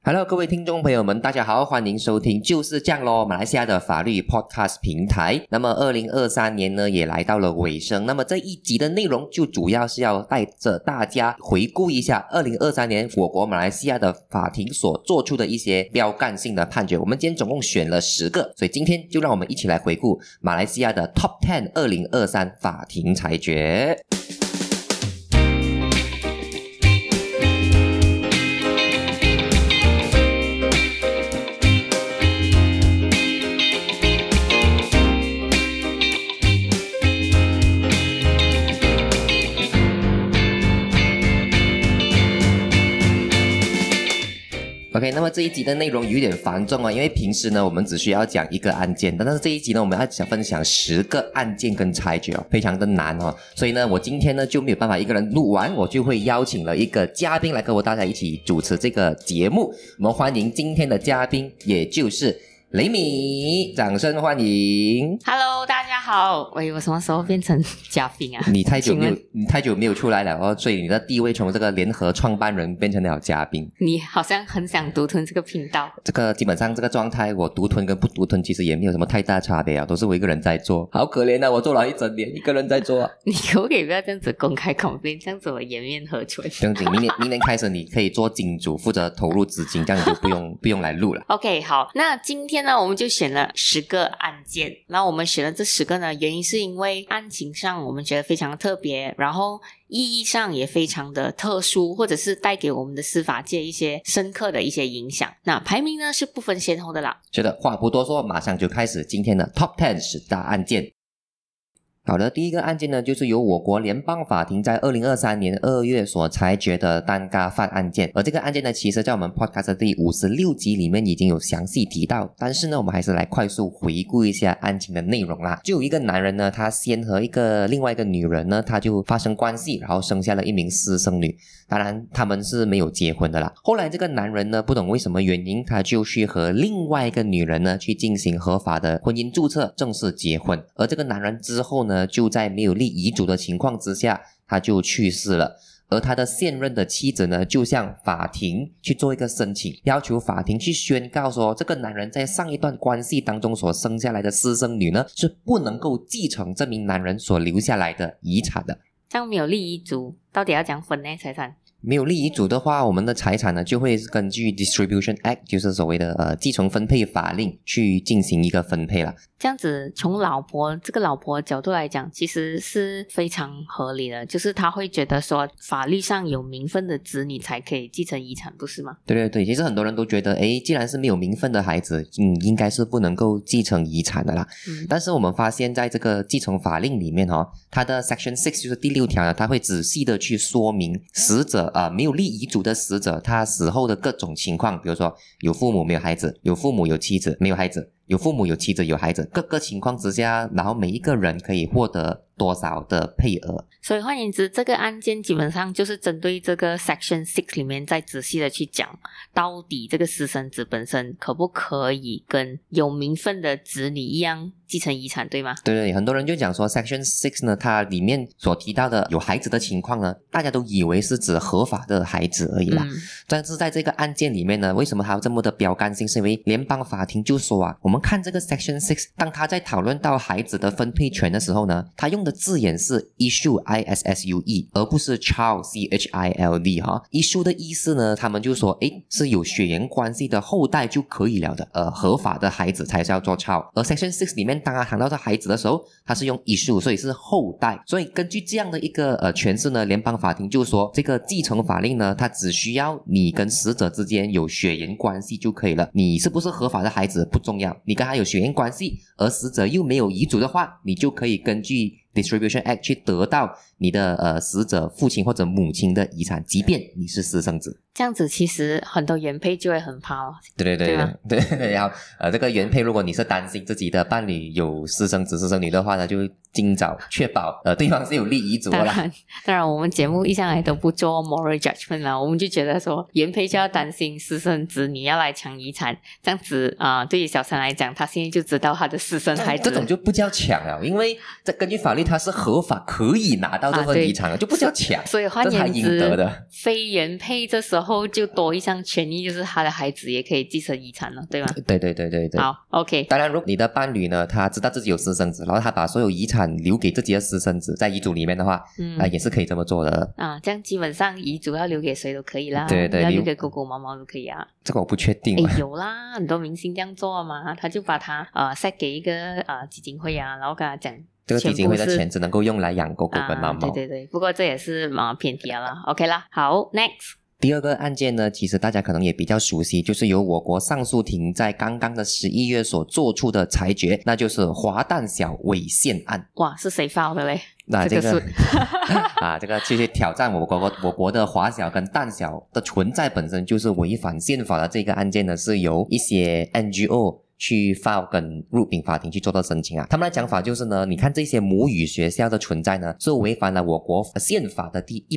Hello， 各位听众朋友们，大家好，欢迎收听就是这样咯，马来西亚的法律 Podcast 平台。那么2023年呢也来到了尾声，那么这一集的内容就主要是要带着大家回顾一下2023年我国马来西亚的法庭所做出的一些标杆性的判决。我们今天总共选了10个，所以今天就让我们一起来回顾马来西亚的 Top 10 2023法庭裁决。OK， 那么这一集的内容有点繁重啊，因为平时呢我们只需要讲一个案件，但是这一集呢我们要分享10个案件跟裁决哦，非常的难哦，所以呢我今天呢就没有办法一个人录完，我就会邀请了一个嘉宾来跟大家一起主持这个节目。我们欢迎今天的嘉宾，也就是雷米，掌声欢迎。 Hello， 大家好。我什么时候变成嘉宾啊？ 你太久没有出来了哦，所以你的地位从这个联合创办人变成了嘉宾。 你好像很想独吞这个频道。 这个基本上这个状态，我独吞跟不独吞其实也没有什么太大差别啊，都是我一个人在做。好可怜啊，我做了一整年一个人在做啊。 你可不可以不要这样子公开complain，这样子我颜面何存？ 正经，明年开始你可以做金主，负责投入资金，这样你就不用来录了。 OK， 好，那今天呢我们就选了10个案件。那我们选了这10个呢，原因是因为案情上我们觉得非常特别，然后意义上也非常的特殊，或者是带给我们的司法界一些深刻的一些影响。那排名呢是不分先后的啦。 是的，话不多说，马上就开始今天的 Top 10 10大案件。好的，第一个案件呢，就是由我国联邦法庭在2023年2月所裁决的丹嘎犯案件。而这个案件呢，其实在我们 podcast 的第56集里面已经有详细提到，但是呢，我们还是来快速回顾一下案情的内容啦。就有一个男人呢，他先和另外一个女人呢，他就发生关系，然后生下了一名私生女。当然他们是没有结婚的啦。后来这个男人呢，不懂为什么原因，他就去和另外一个女人呢去进行合法的婚姻注册，正式结婚。而这个男人之后呢，就在没有立遗嘱的情况之下，他就去世了。而他的现任的妻子呢，就向法庭去做一个申请，要求法庭去宣告说，这个男人在上一段关系当中所生下来的私生女呢，是不能够继承这名男人所留下来的遗产的。 这样没有立遗嘱，到底要怎样分呢？财产没有立遗嘱的话，我们的财产呢就会根据 Distribution Act， 就是所谓的继承分配法令去进行一个分配了。 这样子从这个老婆角度来讲，其实是非常合理的，就是他会觉得说法律上有名分的子女才可以继承遗产，不是吗？对对对，其实很多人都觉得既然是没有名分的孩子应该是不能够继承遗产的啦。但是我们发现在这个继承法令里面它的 Section 6就是第6条呢，它会仔细的去说明死者没有立遗嘱的死者他死后的各种情况，比如说有父母没有孩子，有父母有妻子没有孩子，有父母有妻子有孩子，各个情况之下，然后每一个人可以获得多少的配额。 所以换言之，这个案件基本上就是针对这个 Section 6里面再仔细的去讲，到底这个私生子本身可不可以跟有名分的子女一样继承遗产，对吗？ 对对，很多人就讲说 Section 6呢，它里面所提到的有孩子的情况呢，大家都以为是指合法的孩子而已啦。但是在这个案件里面呢，为什么它有这么的标杆性？是因为联邦法庭就说我们看这个 Section 6，当他在讨论到孩子的分配权的时候呢，他用的字眼是 issue issue 而不是 child child issue 的意思呢，他们就说是有血缘关系的后代就可以了的，合法的孩子才是要做 child。而 Section 6里面当他谈到这孩子的时候，他是用 issue， 所以是后代。所以根据这样的一个诠释呢，联邦法庭就说这个继承法令呢，它只需要你跟死者之间有血缘关系就可以了，你是不是合法的孩子不重要，你跟他有血缘关系，而死者又没有遗嘱的话，你就可以根据Distribution Act 去得到你的死者父亲或者母亲的遗产，即便你是私生子。 这样子其实很多原配就会很怕了。 对，然后这个原配如果你是担心自己的伴侣有私生子私生女的话呢，就尽早确保对方是有立遗嘱的啦。 当然我们节目一向来都不做 moral judgment 啦，我们就觉得说原配就要担心私生子女要来抢遗产，这样子对于小三来讲，他现在就知道他的私生孩子。 这种就不叫抢了，因为根据法律他是合法可以拿到到这份遗产了，就不叫抢， 所以换这是他言之应得的。 非原配这时候就多一项权益，就是他的孩子也可以继承遗产了，对吗？ 对对对对对。 好 OK。 当然如果你的伴侣呢，他知道自己有私生子，然后他把所有遗产留给自己的私生子在遗嘱里面的话，也是可以这么做的啊。这样基本上遗嘱要留给谁都可以啦， 对对， 要留给狗狗猫猫都可以啊。 这个我不确定有啦，很多明星这样做嘛，他就把它set 给一个基金会啊，然后跟他讲这个基金会的钱只能够用来养狗狗跟猫猫。 对对对，不过这也是偏题了。OK 啦，好 Next。 第二个案件呢，其实大家可能也比较熟悉，就是由我国上诉庭在刚刚的11月所做出的裁决，那就是华淡小违宪案。 哇，是谁发的嘞？ 那这个这个去挑战我国的华小跟淡小的存在本身就是违反宪法的这个案件呢，是由一些 NGO去 file 跟入禀法庭去做到申请啊。他们的讲法就是呢，你看这些母语学校的存在呢，是违反了我国宪法的第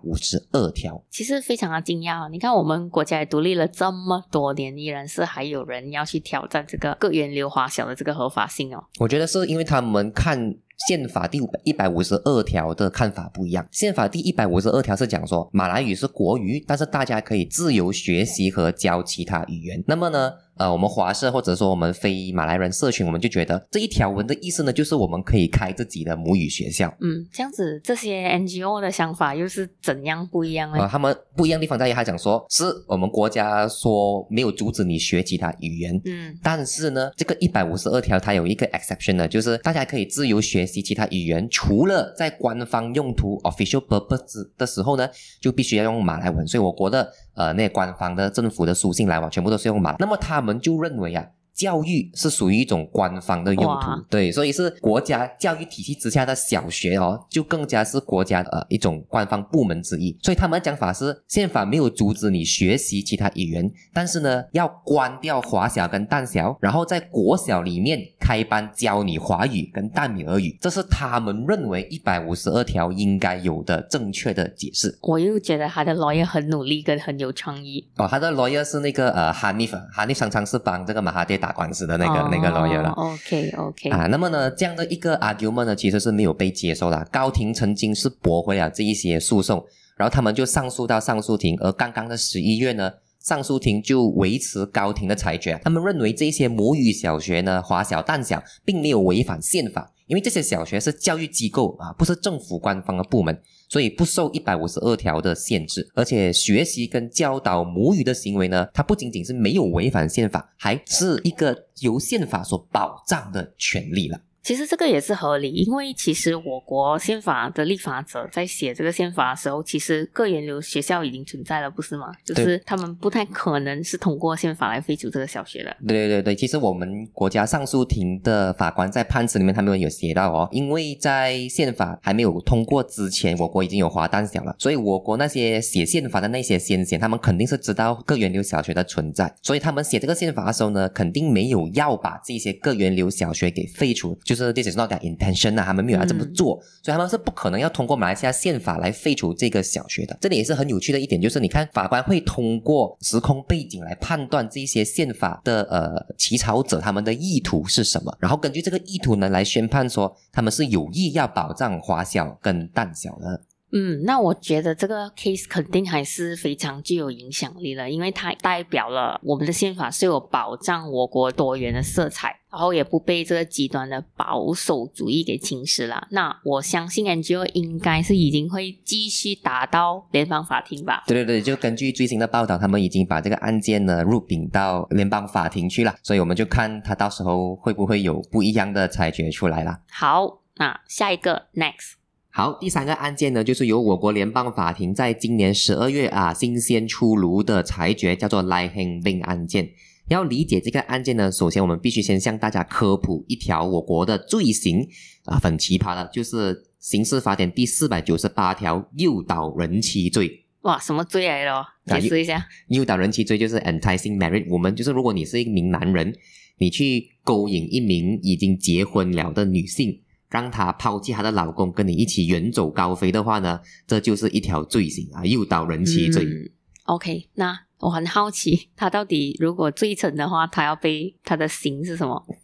152条。 其实非常的惊讶，你看我们国家也独立了这么多年，依然是还有人要去挑战这个各源流华小的这个合法性哦。 我觉得是因为他们看宪法第152条的看法不一样。宪法第152条是讲说马来语是国语，但是大家可以自由学习和教其他语言。那么呢我们华社或者说我们非马来人社群，我们就觉得这一条文的意思呢，就是我们可以开自己的母语学校。 这样子这些 NGO 的想法又是怎样不一样呢？ 他们不一样的地方在于他讲说是我们国家说没有阻止你学其他语言，但是呢这个152条它有一个 exception 呢，就是大家可以自由学习其他语言，除了在官方用途 official purpose 的时候呢，就必须要用马来文。所以我国的那些官方的政府的书信来往全部都是用马来。那么他们就认为教育是属于一种官方的用途，对，所以是国家教育体系之下的小学就更加是国家一种官方部门之一。所以他们的讲法是，宪法没有阻止你学习其他语言，但是呢，要关掉华小跟淡小，然后在国小里面开班教你华语跟淡米尔语，这是他们认为152条应该有的正确的解释。 我又觉得他的 lawyer 很努力跟很有创意他的 lawyer 是那个Hanif 常常是帮这个马哈迪打官司的那个 lawyer 了。 OK 那么呢，这样的一个 argument 呢，其实是没有被接受的。高庭曾经是驳回了这一些诉讼，然后他们就上诉到上诉庭，而刚刚的11月呢，上诉庭就维持高庭的裁决。他们认为这些母语小学呢，华小淡小并没有违反宪法，因为这些小学是教育机构不是政府官方的部门，所以不受152条的限制。而且学习跟教导母语的行为呢，它不仅仅是没有违反宪法，还是一个由宪法所保障的权利了。 其实这个也是合理，因为其实我国宪法的立法者在写这个宪法的时候，其实各源流学校已经存在了，不是吗？就是他们不太可能是通过宪法来废除这个小学的。 对，其实我们国家上诉庭的法官在判词里面他们有写到因为在宪法还没有通过之前，我国已经有华淡小了，所以我国那些写宪法的那些先贤，他们肯定是知道各源流小学的存在，所以他们写这个宪法的时候呢，肯定没有要把这些各源流小学给废除，就是 this is not their intention 他们没有要这么做，所以他们是不可能要通过马来西亚宪法来废除这个小学的。这里也是很有趣的一点，就是你看法官会通过时空背景来判断这些宪法的起草者他们的意图是什么，然后根据这个意图呢来宣判说他们是有意要保障华小跟淡小的。 那我觉得这个 case 肯定还是非常具有影响力的，因为它代表了我们的宪法是有保障我国多元的色彩，然后也不被这个极端的保守主义给侵蚀了。那我相信 NGO 应该是已经会继续打到联邦法庭吧。 对，就根据最新的报道，他们已经把这个案件呢入禀到联邦法庭去了，所以我们就看他到时候会不会有不一样的裁决出来啦。 好，那下一个 next。 好，第三个案件呢，就是由我国联邦法庭在今年12月新鲜出炉的裁决，叫做赖亨令案件。要理解这个案件呢，首先我们必须先向大家科普一条我国的罪行很奇葩的，就是刑事法典第498条诱导人妻罪。 哇，什么罪来了？解释一下。 诱导人妻罪就是 enticing married woman， 就是如果你是一名男人，你去勾引一名已经结婚了的女性，让她抛弃她的老公跟你一起远走高飞的话呢，这就是一条罪行诱导人妻罪。 OK， 那我很好奇，他到底如果罪成的话，他要被他的刑是什么？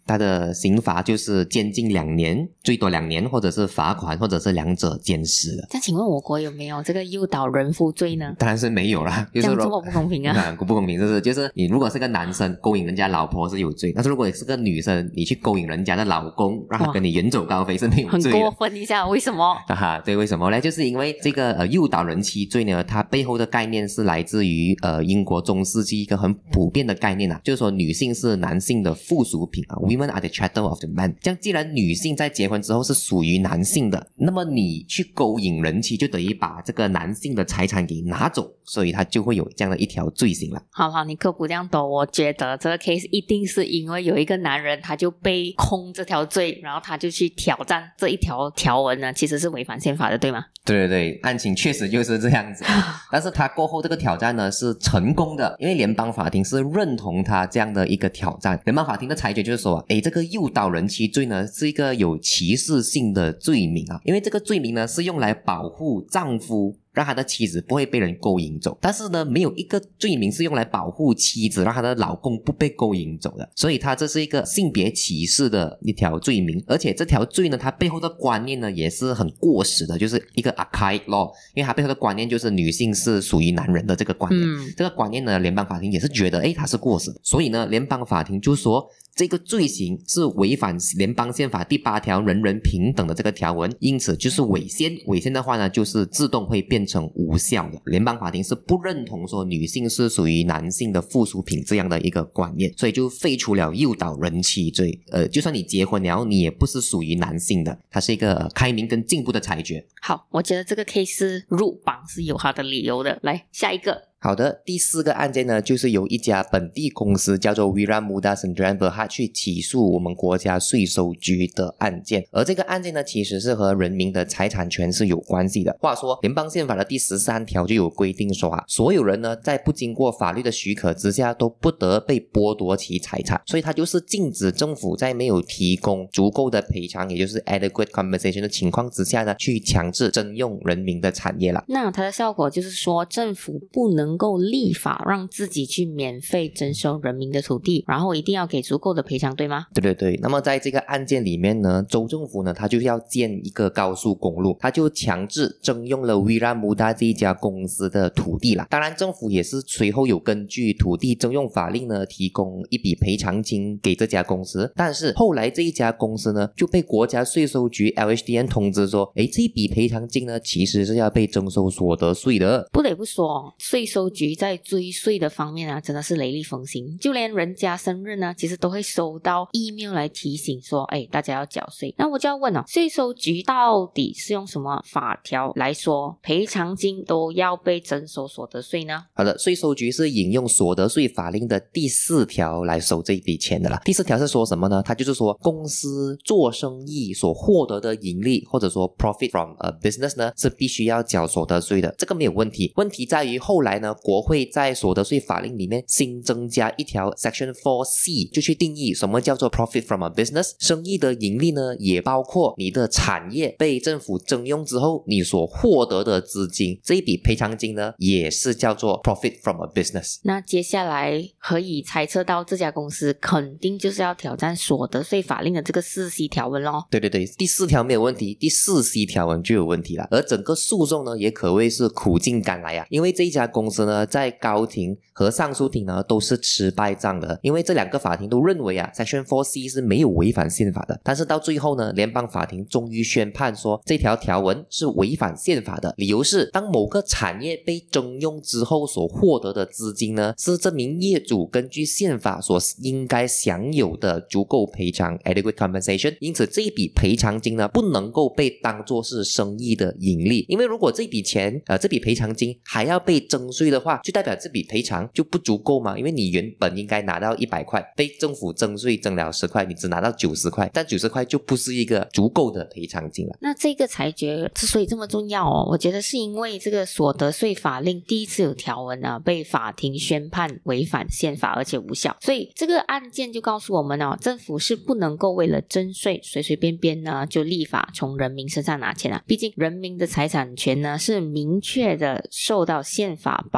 他的刑罚就是监禁2年，最多2年，或者是罚款，或者是两者兼施的。 那请问我国有没有这个诱导人夫罪呢？ 当然是没有啦，就是这样这么不公平啊！ 不公平，就是你如果是个男生勾引人家老婆是有罪，但是如果你是个女生，你去勾引人家的老公，让他跟你远走高飞是没有罪的。 很过分一下，为什么？ 对，为什么呢？就是因为这个诱导人妻罪呢，它背后的概念是来自于英国中世纪一个很普遍的概念啊，就是说女性是男性的附属品啊 ，Women are the chattel of the man。这样既然女性在结婚之后是属于男性的，那么你去勾引人妻就等于把这个男性的财产给拿走，所以他就会有这样的一条罪行了。 好，你科普这样多，我觉得这个 case 一定是因为有一个男人他就被控这条罪，然后他就去挑战这一条条文呢，其实是违反宪法的，对吗？ 对，案情确实就是这样子。但是他过后这个挑战呢是成功的，因为联邦法庭是认同他这样的一个挑战。联邦法庭的裁决就是说，这个诱导人妻罪呢是一个有歧视性的罪名啊，因为这个罪名呢是用来保护丈夫让他的妻子不会被人勾引走，但是呢没有一个罪名是用来保护妻子让他的老公不被勾引走的，所以他这是一个性别歧视的一条罪名。而且这条罪呢它背后的观念呢也是很过时的，就是一个 archaic law， 因为它背后的观念就是女性是属于男人的这个观念。这个观念呢联邦法庭也是觉得它是过时的，所以呢联邦法庭就说这个罪行是违反联邦宪法第8条人人平等的这个条文，因此就是违宪。违宪的话呢就是自动会变成无效的。联邦法庭是不认同说女性是属于男性的附属品这样的一个观念，所以就废除了诱导人妻罪。就算你结婚了你也不是属于男性的，它是一个开明跟进步的裁决。 好，我觉得这个 case 入榜是有它的理由的。来下一个。 好的，第4个案件呢，就是由一家本地公司叫做 Wiramuda Sdn Bhd 去起诉我们国家税收局的案件。而这个案件呢，其实是和人民的财产权是有关系的。话说，联邦宪法的第13条就有规定说所有人呢，在不经过法律的许可之下，都不得被剥夺其财产。所以它就是禁止政府在没有提供足够的赔偿，也就是 adequate compensation 的情况之下呢，去强制征用人民的产业了。 那它的效果就是说，政府不能够立法让自己去免费征收人民的土地，然后一定要给足够的赔偿，对吗？ 对。那么在这个案件里面呢，州政府呢，它就要建一个高速公路，它就强制征用了 Wiramuda 这一家公司的土地啦。当然政府也是随后有根据土地征用法令呢，提供一笔赔偿金给这家公司。但是后来这一家公司呢，就被国家税收局 LHDN 通知说，这一笔赔偿金呢，其实是要被征收所得税的。 不得不说，税收局在追税的方面真的是雷厉风行，就连人家生日呢，其实都会收到 email 来提醒说，大家要缴税。那我就要问税收局到底是用什么法条来说赔偿金都要被征收所得税呢？ 好的，税收局是引用所得税法令的第4条来收这一笔钱的啦。第4条是说什么呢？它就是说，公司做生意所获得的盈利，或者说 profit from a business 呢，是必须要缴所得税的，这个没有问题。问题在于后来呢，国会在所得税法令里面新增加一条 Section 4C， 就去定义什么叫做 profit from a business。 生意的盈利呢，也包括你的产业被政府征用之后你所获得的资金，这一笔赔偿金呢，也是叫做 profit from a business。 那接下来可以猜测到这家公司肯定就是要挑战所得税法令的这个4C 条文咯。 对，第4条没有问题，第4C 条文就有问题了。而整个诉讼呢，也可谓是苦尽甘来因为这一家公司呢，在高庭和上诉庭呢都是吃败仗的，因为这2个法庭都认为Section 4C 是没有违反宪法的。但是到最后呢，联邦法庭终于宣判说这条条文是违反宪法的，理由是当某个产业被征用之后所获得的资金呢，是这名业主根据宪法所应该享有的足够赔偿 adequate compensation， 因此这一笔赔偿金呢，不能够被当作是生意的盈利。因为如果这笔钱这笔赔偿金还要被征税的话，就代表这笔赔偿就不足够嘛，因为你原本应该拿到100块，被政府征税征了10块，你只拿到90块，但90块就不是一个足够的赔偿金了。 那这个裁决之所以这么重要我觉得是因为这个所得税法令第一次有条文被法庭宣判违反宪法而且无效，所以这个案件就告诉我们政府是不能够为了征税随随便便呢就立法从人民身上拿钱毕竟人民的财产权呢是明确的受到宪法保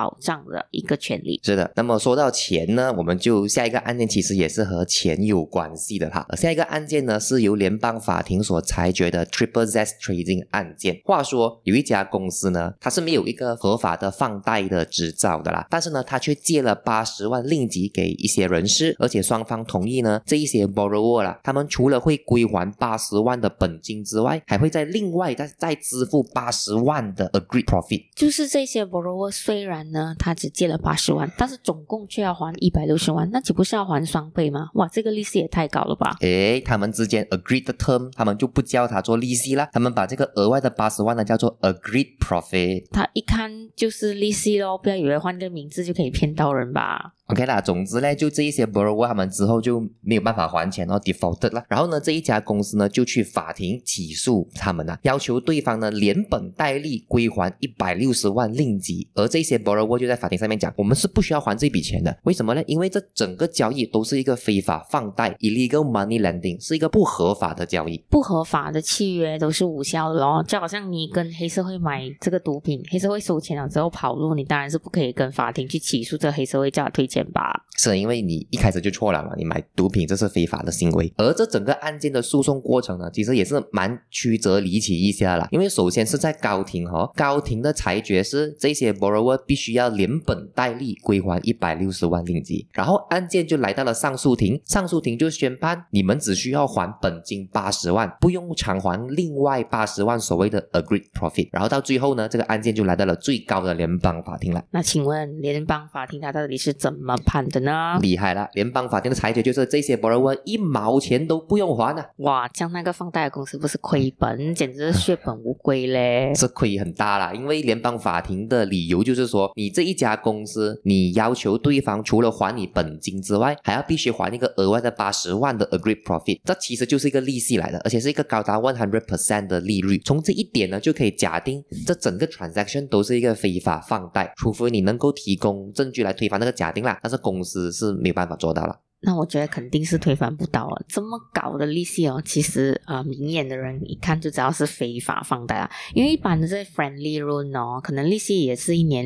保障的一个权利。 是的，那么说到钱呢，我们就下一个案件其实也是和钱有关系的哈。下一个案件呢是由联邦法庭所裁决的 Triple Z Trading 案件。话说有一家公司呢，它是没有一个合法的放贷的执照的啦，但是呢，它却借了80万令吉给一些人士，而且双方同意呢，这一些 borrower 啦，他们除了会归还80万的本金之外，还会再另外再支付80万的 agreed profit。 就是这些 borrower 虽然呢他只借了80万，但是总共却要还160万，那岂不是要还双倍吗？哇，这个利息也太高了吧。 他们之间 agreed 的 term 他们就不叫它做利息啦，他们把这个额外的80万呢叫做 agreed profit。 他一看就是利息咯，不要以为换个名字就可以骗到人吧。 OK 啦，总之呢，就这一些 borrower 他们之后就没有办法还钱defaulted 啦。然后呢，这一家公司呢就去法庭起诉他们啦，要求对方呢连本带利归还160万令吉。而这些 borrower 就在法庭上面讲，我们是不需要还这笔钱的。为什么呢？因为这整个交易都是一个非法放贷 illegal money lending， 是一个不合法的交易。 不合法的契约都是无效的咯，就好像你跟黑社会买这个毒品，黑社会收钱了之后跑路，你当然是不可以跟法庭去起诉这个黑社会叫他退钱吧。 是因为你一开始就错了嘛，你买毒品这是非法的行为。而这整个案件的诉讼过程呢，其实也是蛮曲折离奇一下啦。因为首先是在高庭高庭的裁决是这些 borrower 必须要连本带利归还160万令吉，然后案件就来到了上诉庭，上诉庭就宣判你们只需要还本金80万，不用偿还另外80万所谓的 agreed profit。 然后到最后呢，这个案件就来到了最高的联邦法庭了。 那请问联邦法庭它到底是怎么判的呢？ 厉害了，联邦法庭的裁决就是这些 borrower 1毛钱都不用还啊。 哇，这样那个放贷的公司不是亏本，简直是血本无归嘞。 是亏很大啦，因为联邦法庭的理由就是说，你这一家公司，你要求对方除了还你本金之外，还要必须还一个额外的80万的 agreed profit， 这其实就是一个利息来的，而且是一个高达 100% 的利率。从这一点呢，就可以假定这整个 transaction 都是一个非法放贷，除非你能够提供证据来推翻那个假定啦，但是公司是没有办法做到了。 那我觉得肯定是推翻不到了，这么高的利息其实明眼的人一看就知道是非法放贷啦。因为一般的这些 friendly loan 可能利息也是1年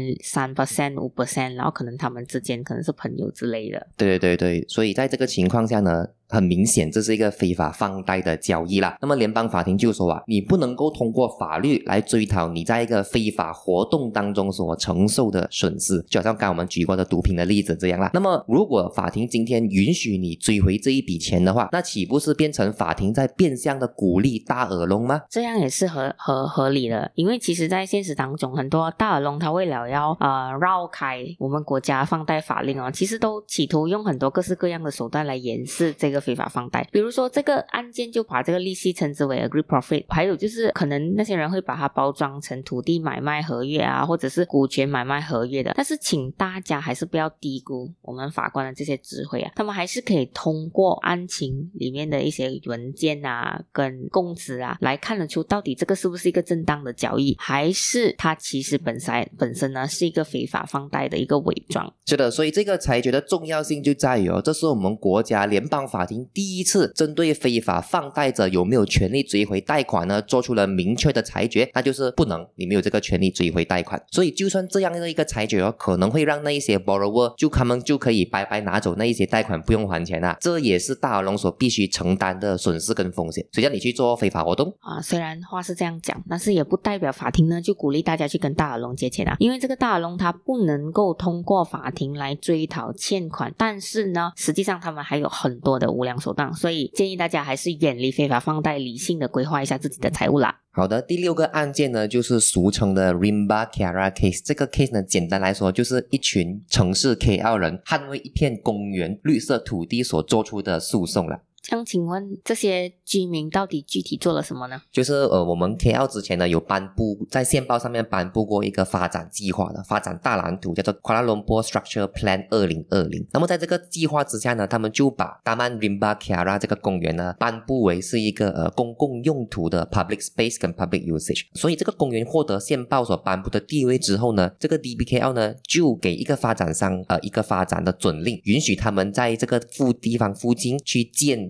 3%、5%， 然后可能他们之间可能是朋友之类的。 对，所以在这个情况下呢，很明显这是一个非法放贷的交易啦。那么联邦法庭就说你不能够通过法律来追讨你在一个非法活动当中所承受的损失，就好像刚才我们举过的毒品的例子这样啦。那么如果法庭今天允许你追回这一笔钱的话，那岂不是变成法庭在变相的鼓励大耳窿吗？ 这样也是合理的，因为其实在现实当中，很多大耳窿他为了要绕开我们国家放贷法令其实都企图用很多各式各样的手段来掩饰这个非法放贷。比如说这个案件就把这个利息称之为 agreed profit， 还有就是可能那些人会把它包装成土地买卖合约或者是股权买卖合约的。但是请大家还是不要低估我们法官的这些智慧他们还是可以通过案情里面的一些文件跟供词来看得出到底这个是不是一个正当的交易，还是它其实本身呢是一个非法放贷的一个伪装。 是的，所以这个裁决的重要性就在于这是我们国家联邦法庭第一次针对非法放贷者有没有权利追回贷款呢做出了明确的裁决，那就是不能，你没有这个权利追回贷款。所以就算这样的一个裁决可能会让那一些 borrower 他们就可以白白拿走那一些贷款不用还钱这也是大耳窿所必须承担的损失跟风险。谁叫你去做非法活动虽然话是这样讲，但是也不代表法庭呢就鼓励大家去跟大耳窿借钱因为这个大耳窿它不能够通过法庭来追讨欠款，但是呢实际上他们还有很多的无良手段，所以建议大家还是远离非法放贷，理性的规划一下自己的财务啦。 好的，第6个案件呢，就是俗称的 Rimba Kara case。这个 case 呢，简单来说就是一群城市 KL 人捍卫一片公园绿色土地所做出的诉讼了。 这样请问这些居民到底具体做了什么呢？ 就是我们 KL 之前呢有颁布在宪报上面颁布过一个发展计划的发展大蓝图，叫做 Kuala Lumpur Structure Plan 2020。那么在这个计划之下呢，他们就把 Taman Rimba Kara 这个公园呢颁布为是一个公共用途的 public space 跟 public usage。所以这个公园获得宪报所颁布的地位之后呢，这个 DBKL 呢就给一个发展商一个发展的准令，允许他们在这个地方附近去建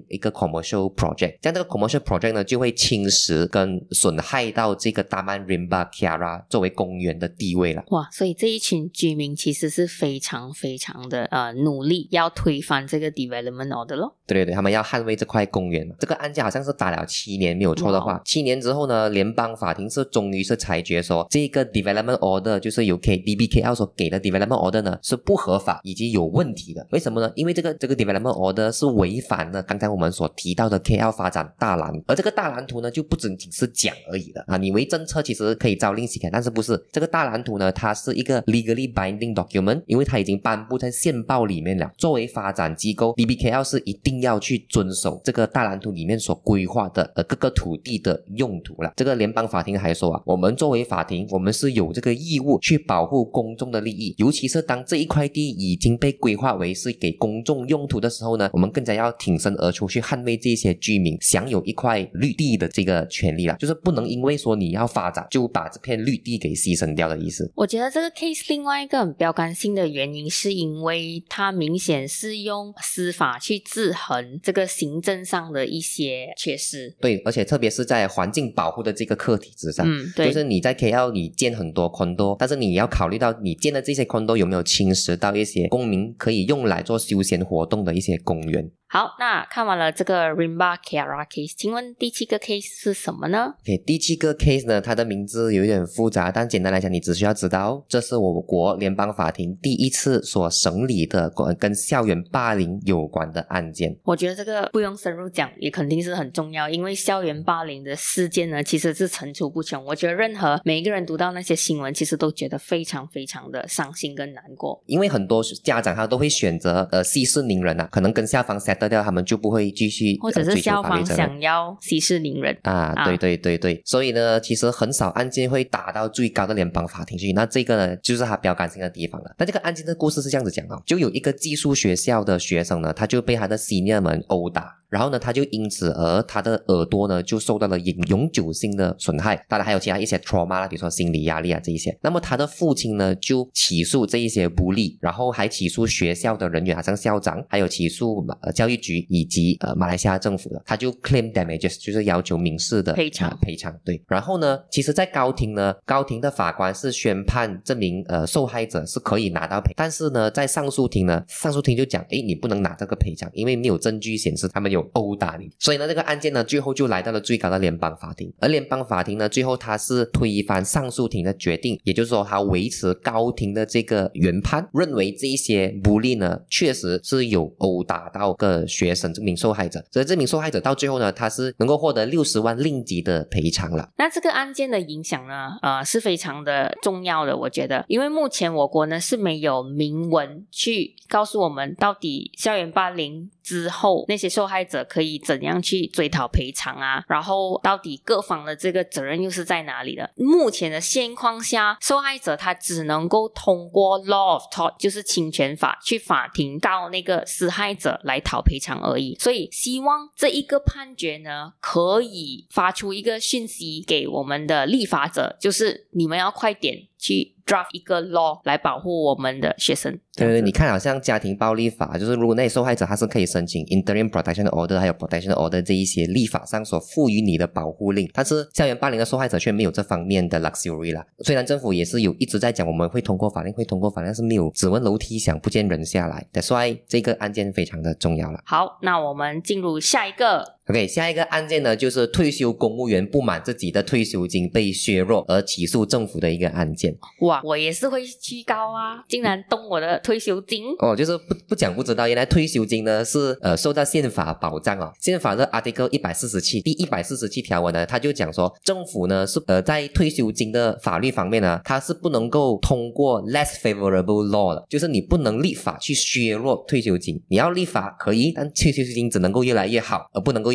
一个 commercial project， 这样这个 commercial project 呢就会侵蚀跟损害到这个达曼 Rimba Kiara 作为公园的地位了。 哇，所以这一群居民其实是非常非常的努力要推翻这个 development order 咯。 对对对，他们要捍卫这块公园。这个案件好像是打了7年，没有错的话，7年之后呢，联邦法庭是终于是裁决说，这个 development order 就是由 DBKL 所给的 development order 呢是不合法以及有问题的。为什么呢？因为这个 development order 是违反了刚才我们所提到的 KL 发展大蓝，而这个大蓝图呢就不仅仅是讲而已的啊，你为政策其实可以朝令夕改，但是不是这个大蓝图呢，它是一个 legally binding document， 因为它已经颁布在宪报里面了。作为发展机构 DBKL 是一定要去遵守这个大蓝图里面所规划的各个土地的用途了。这个联邦法庭还说啊，我们作为法庭，我们是有这个义务去保护公众的利益，尤其是当这一块地已经被规划为是给公众用途的时候呢，我们更加要挺身而出去捍卫这些居民享有一块绿地的这个权利了，就是不能因为说你要发展就把这片绿地给牺牲掉的意思。 我觉得这个 case 另外一个很标杆性的原因是因为它明显是用司法去制衡这个行政上的一些缺失。 对，而且特别是在环境保护的这个课题之上， 对， 就是你在 KL 你建很多 condo， 但是你要考虑到你建的这些 condo 有没有侵蚀到一些公民可以用来做休闲活动的一些公园。 好，那看完了这个 Rimba Kiara case， 请问第7个 case 是什么呢？ 第7个 case 呢，它的名字有点复杂，但简单来讲你只需要知道这是我国联邦法庭第一次所审理的跟校园霸凌有关的案件。 我觉得这个不用深入讲也肯定是很重要，因为校园霸凌的事件呢其实是层出不穷。我觉得每一个人读到那些新闻其实都觉得非常非常的伤心跟难过， 因为很多家长他都会选择息事宁人啊，可能跟校方 settle掉，他们就不会继续或者是校方想要息事宁人对对对对，所以呢其实很少案件会打到最高的联邦法庭去，那这个呢就是它标杆性的地方了。那这个案件的故事是这样子讲的，就有一个寄宿学校的学生呢，他就被他的 senior 们殴打，然后呢他就因此而他的耳朵呢就受到了永久性的损害，当然还有其他一些 trauma 啦，比如说心理压力啊这一些。那么他的父亲呢就起诉这一些不利，然后还起诉学校的人员，好像校长，还有起诉教育局以及马来西亚政府的，他就 claim damages， 就是要求民事的赔偿。对，然后呢其实在高庭的法官是宣判这名受害者是可以拿到赔，但是呢在上诉庭就讲你不能拿这个赔偿，因为没有证据显示他们有殴打你。所以呢这个案件呢最后就来到了最高的联邦法庭，而联邦法庭呢最后他是推翻上诉庭的决定，也就是说他维持高庭的这个原判，认为这一些不利呢确实是有殴打到个学生这名受害者，所以这名受害者到最后呢他是能够获得60万令吉的赔偿了。 那这个案件的影响呢是非常的重要的，我觉得，因为目前我国呢是没有明文去告诉我们到底校园霸凌之后那些受害者可以怎样去追讨赔偿啊，然后到底各方的这个责任又是在哪里的。目前的现况下，受害者他只能够通过 law of tort， 就是侵权法，去法庭告那个施害者来讨赔偿而已。所以希望这一个判决呢可以发出一个讯息给我们的立法者，就是你们要快点去draft 一个 law 来保护我们的学生。 对，你看好像家庭暴力法，就是如果那些受害者他是可以申请 interim protection order 还有 protection order 这一些立法上所赋予你的保护令，但是校园霸凌的受害者却没有这方面的 luxury 啦。虽然政府也是有一直在讲我们会通过法令，但是没有只闻楼梯响不见人下来， that's why 这个案件非常的重要了。 好，那我们进入下一个。 OK， 下一个案件呢，就是退休公务员不满自己的退休金被削弱而起诉政府的一个案件。 哇，我也是会去告啊，竟然动我的退休金。 就是不讲不知道，原来退休金呢是受到宪法保障哦。宪法的 Article 147第147条文呢，它就讲说政府呢是在退休金的法律方面呢，它是不能够通过 less favorable law 的，就是你不能立法去削弱退休金，你要立法可以，但退休金只能够越来越好，而不能够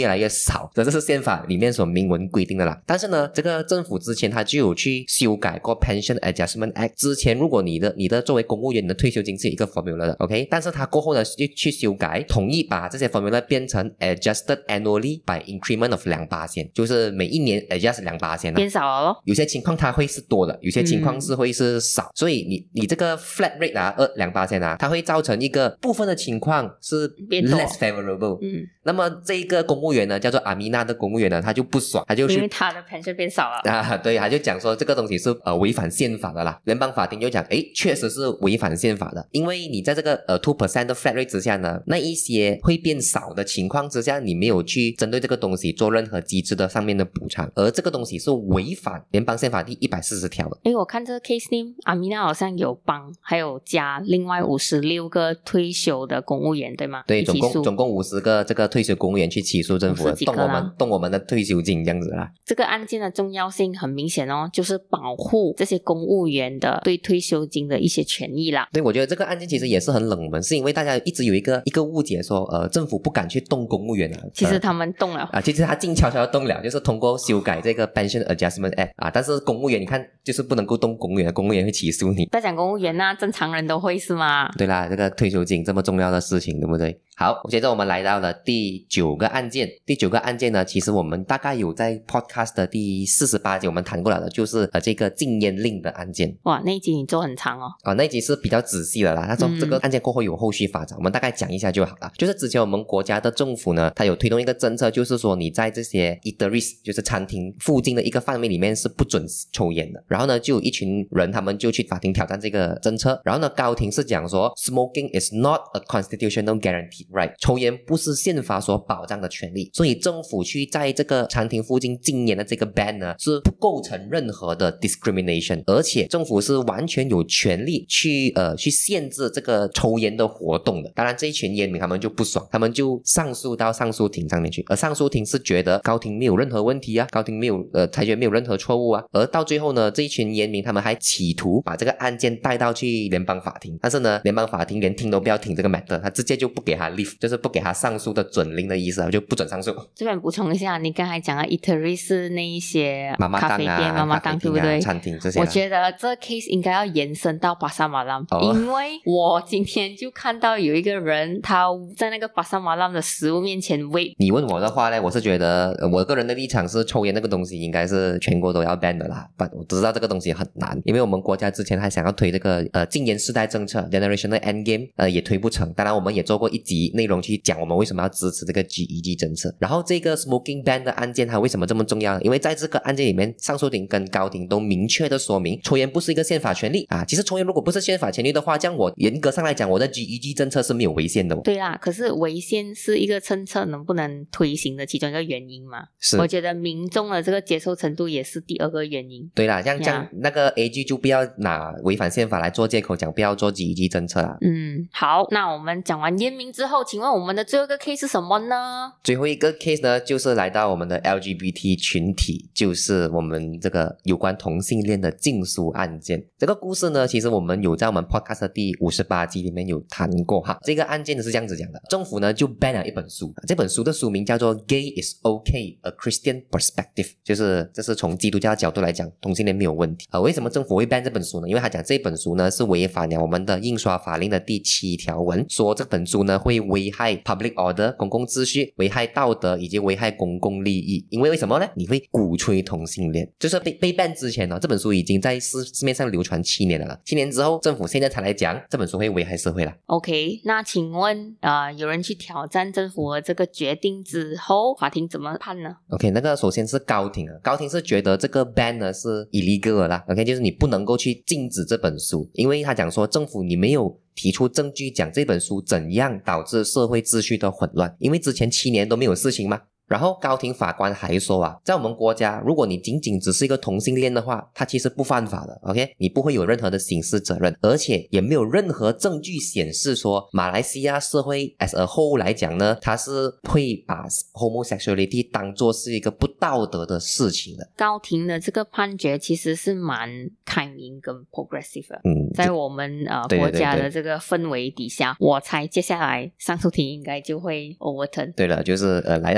越来越少，这是宪法里面所明文规定的啦。但是呢，这个政府之前他就有去修改过 Pension Adjustment Act。之前如果你的作为公务员，你的退休金是有一个 formula 的 ，OK， 但是他过后呢就去修改，统一把这些 formula 变成 adjusted annually by increment of 2%，就是每一年 adjust 2%， 变少了咯。 有些情况它会是多的，有些情况是会是少，所以你这个 flat rate 啊，2%啊，它会造成一个部分的情况是 less favorable。那么这一个公务员呢，叫做阿米娜的公务员呢，他就不爽，他就去因为他的 pension 变少了啊，对，他就讲说这个东西是违反宪法的啦。联邦法庭就讲，诶，确实是违反宪法的，因为你在这个2% 的 flat rate 之下呢，那一些会变少的情况之下，你没有去针对这个东西做任何机制的上面的补偿，而这个东西是违反联邦宪法第140条的。 诶，我看这个 case name， 阿米娜好像有帮还有加另外56个退休的公务员，对吗？ 对，总共50个这个退休公务员去起诉政府的，动我们的退休金这样子啦。 这个案件的重要性很明显哦，就是保护这些公务员的对退休金的一些权益啦。 对，我觉得这个案件其实也是很冷门，是因为大家一直有一个误解说，政府不敢去动公务员啊。 其实他们动了其实他静悄悄动了，就是通过修改这个 Pension Adjustment Act 啊，但是公务员你看就是不能够动公务员，公务员会起诉你。 在讲公务员啊，正常人都会是吗？ 对啦，这个退休金这么重要的事情，对不对？好，接着我们来到了第9个案件。第9个案件呢，其实我们大概有在 podcast 的第48集我们谈过了的，就是这个禁烟令的案件。 哇，那一集你做很长哦。 那一集是比较仔细的啦，他说这个案件过后有后续发展，我们大概讲一下就好了。就是之前我们国家的政府呢，它有推动一个政策，就是说你在这些 eateries 就是餐厅附近的一个范围里面是不准抽烟的。然后呢，就有一群人他们就去法庭挑战这个政策。然后呢，高庭是讲说 smoking is not a constitutional guarantee right， 抽烟不是宪法所保障的权利，所以政府去在这个餐厅附近禁烟的这个 ban 呢，是不构成任何的 discrimination， 而且政府是完全有权利去限制这个抽烟的活动的。当然这一群烟民他们就不爽，他们就上诉到上诉庭上面去，而上诉庭是觉得高庭没有任何问题啊，高庭没有裁决没有任何错误啊，而到最后呢，这一群烟民他们还企图把这个案件带到去联邦法庭，但是呢，联邦法庭连听都不要听这个 matter， 他直接就不给他 leave， 就是不给他上诉的准令的意思，就不准上诉。 这边补充一下，你刚才讲的 eatery 是那一些咖啡店、 妈妈档对不对？ 餐厅这些。 我觉得这 case 应该要延伸到巴沙马兰，因为我今天就看到有一个人他在那个巴沙马兰的食物面前喂。 你问我的话呢，我是觉得我个人的立场是抽烟那个东西应该是全国都要 ban 的啦，但我知道这个东西很难，因为我们国家之前还想要推这个禁烟世代政策 Generational Endgame， 也推不成。当然我们也做过一集内容去讲我们为什么要支持这个 GEG 政策。然后这个 smoking ban 的案件它为什么这么重要呢？因为在这个案件里面，上诉庭跟高庭都明确的说明抽烟不是一个宪法权利啊。其实抽烟如果不是宪法权利的话，这样我严格上来讲我的 GEG 政策是没有违宪的。 对啦，可是违宪是一个政策能不能推行的其中一个原因嘛。 是，我觉得民众的这个接受程度也是第二个原因。 对啦，这样那个 AG 就不要拿违反宪法来做借口讲不要做 GEG 政策啦。 好，那我们讲完烟民之后，请问我们的最后一个 case 是什么呢？ 最后一个 case 呢，就是来到我们的 LGBT 群体，就是我们这个有关同性恋的禁书案件。这个故事呢，其实我们有在我们 podcast 的第58集里面有谈过哈。这个案件是这样子讲的，政府呢就 ban 了一本书，这本书的书名叫做 Gay is OK A Christian Perspective， 就是这是从基督教的角度来讲同性恋没有问题。为什么政府会 ban 这本书呢？因为他讲这本书呢是违反了我们的印刷法令的第7条文，说这本书呢会危害 public order 公共秩序，危害道德以及危害公共利益。因为什么呢？你会鼓吹同性恋。就是被 ban 之前呢，这本书已经在市面上流传7年了，7年之后政府现在才来讲这本书会危害社会了。 OK， 那请问有人去挑战政府的这个决定之后，法庭怎么判呢？ OK， 那个首先是高庭啊，高庭是觉得这个 ban 呢是 illegal 的啦。 OK， 就是你不能够去禁止这本书，因为他讲说政府你没有提出证据讲这本书怎样导致社会秩序的混乱，因为之前7年都没有事情嘛。然后高庭法官还说啊，在我们国家如果你仅仅只是一个同性恋的话，它其实不犯法的 OK， 你不会有任何的刑事责任，而且也没有任何证据显示说马来西亚社会 as a whole 来讲呢，它是会把 homosexuality 当作是一个不道德的事情的。 高庭的这个判决其实是蛮开明跟 progressive 的，在我们国家的这个氛围底下，我猜接下来上诉庭应该就会 overturn。 对了，就是来到一个 plot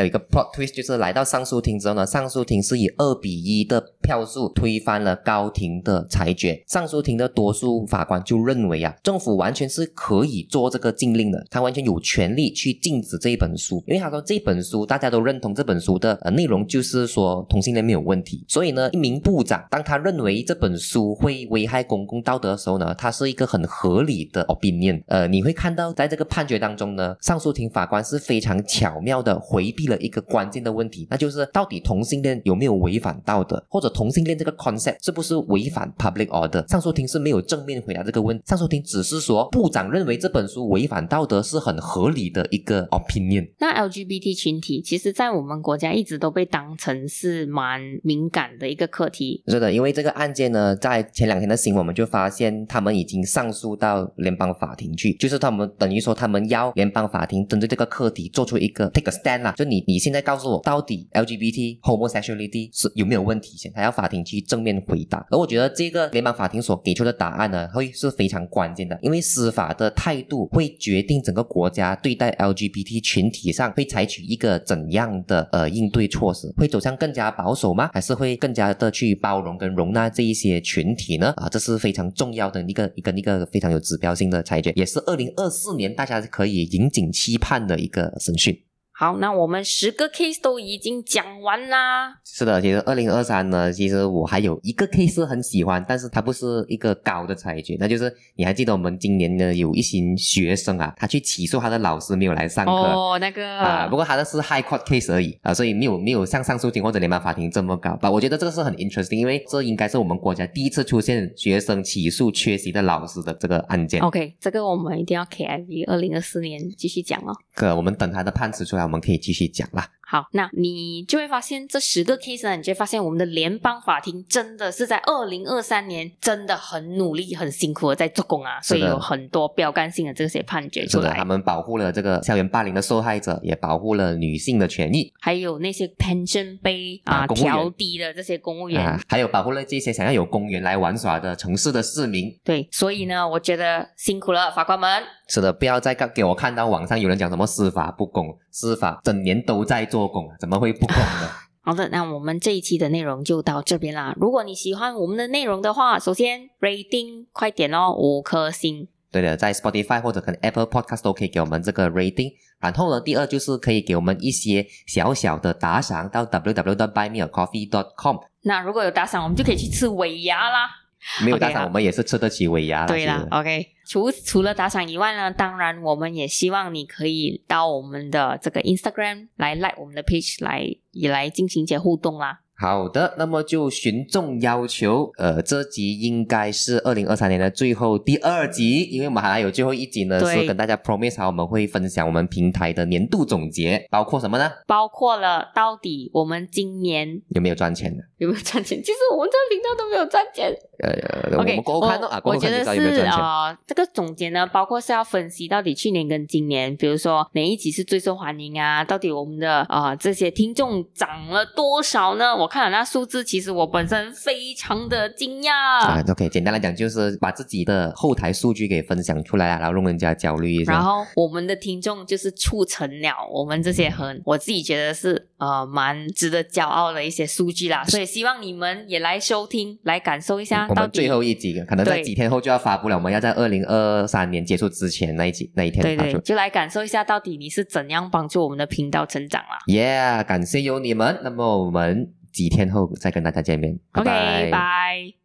plot twist 就是来到上诉庭之后呢，上诉庭是以2-1的票数推翻了高庭的裁决。上诉庭的多数法官就认为啊，政府完全是可以做这个禁令的，他完全有权利去禁止这一本书，因为他说这本书大家都认同这本书的内容就是说同性恋没有问题，所以呢，一名部长当他认为这本书会危害公共道德的时候呢，他是一个很合理的 opinion。你会看到在这个判决当中呢，上诉庭法官是非常巧妙的回避了一个关键的问题，那就是到底同性恋有没有违反道德，或者同性恋这个 concept 是不是违反 public order。上诉庭是没有正面回答这个问题，上诉庭只是说部长认为这本书违反道德是很合理的一个 opinion。 那 LGBT 群体其实在我们国家一直都被当成是蛮敏感的一个课题。 是的，因为这个案件呢，在前2天的新闻我们就发现他们已经上诉到联邦法庭去，就是他们等于说他们要联邦法庭针对这个课题做出一个 take a stand 啦，就你现在告诉我到底 LGBT homosexuality 是有没有问题先，他要法庭去正面回答。而我觉得这个联邦法庭所给出的答案呢，会是非常关键的，因为司法的态度会决定整个国家对待 LGBT 群体上会采取一个怎样的应对措施，会走向更加保守吗？还是会更加的去包容跟容纳这一些群体呢？这是非常重要的一个非常有指标性的裁决，也是2024年大家可以引颈期盼的一个审讯。 好，那我们10个 case 都已经讲完啦。 是的，其实2023呢，其实我还有一个 case 很喜欢，但是它不是一个高的裁决，那就是你还记得我们今年呢有一群学生啊，他去起诉他的老师没有来上课那个不过他的是 high court case 而已所以没有像上诉庭或者联邦法庭这么高我觉得这个是很 interesting， 因为这应该是我们国家第一次出现学生起诉缺席的老师的这个案件。 OK， 这个我们一定要 KIV 2024年继续讲哦。 我们等他的判词出来我们可以继续讲啦。 好，那你就会发现这10个 case 呢，你就会发现我们的联邦法庭真的是在2023年真的很努力很辛苦的在做工啊，所以有很多标杆性的这些判决出来。 是的，他们保护了这个校园霸凌的受害者，也保护了女性的权益， 还有那些 pension 被调低的这些公务员还有保护了这些想要有公园来玩耍的城市的市民。 对，所以呢我觉得辛苦了法官们。 是的，不要再给我看到网上有人讲什么司法不公，司法整年都在做工，怎么会不公呢？ 好的，那我们这一期的内容就到这边啦。如果你喜欢我们的内容的话，首先 rating 快点哦，5颗星。对的，在 Spotify 或者跟 Apple Podcast 都可以给我们这个 rating。然后呢，第二就是可以给我们一些小小的打赏到 www.buymeacoffee.com。 那如果有打赏，我们就可以去吃尾牙啦。 没有打赏我们也是吃得起尾牙啦。 对啦 OK， 除了打赏以外呢，当然我们也希望你可以到我们的这个 Instagram 来 like 我们的 page 也来进行一些互动啦。 好的，那么就循众要求，这集应该是2023年的最后第2集，因为我们还有最后一集呢，是跟大家 promise 好我们会分享我们平台的年度总结，包括什么呢？包括了到底我们今年有没有赚钱的？有没有赚钱？其实我们这个频道都没有赚钱。我们过后看过后看就知道有没有赚钱。这个总结呢，包括是要分析到底去年跟今年，比如说哪一集是最受欢迎啊？到底我们的这些听众涨了多少呢？我看了那数字，其实我本身非常的惊讶。OK， 简单来讲就是把自己的后台数据给分享出来然后让人家焦虑一下。然后我们的听众就是促成了我们这些我自己觉得是蛮值得骄傲的一些数据啦，所以希望你们也来收听，来感受一下。我们最后一集可能在几天后就要发布了，我们要在2023年结束之前那一天发出，就来感受一下到底你是怎样帮助我们的频道成长啦。感谢有你们，那么我们几天后再跟大家见面，拜拜。OK，拜。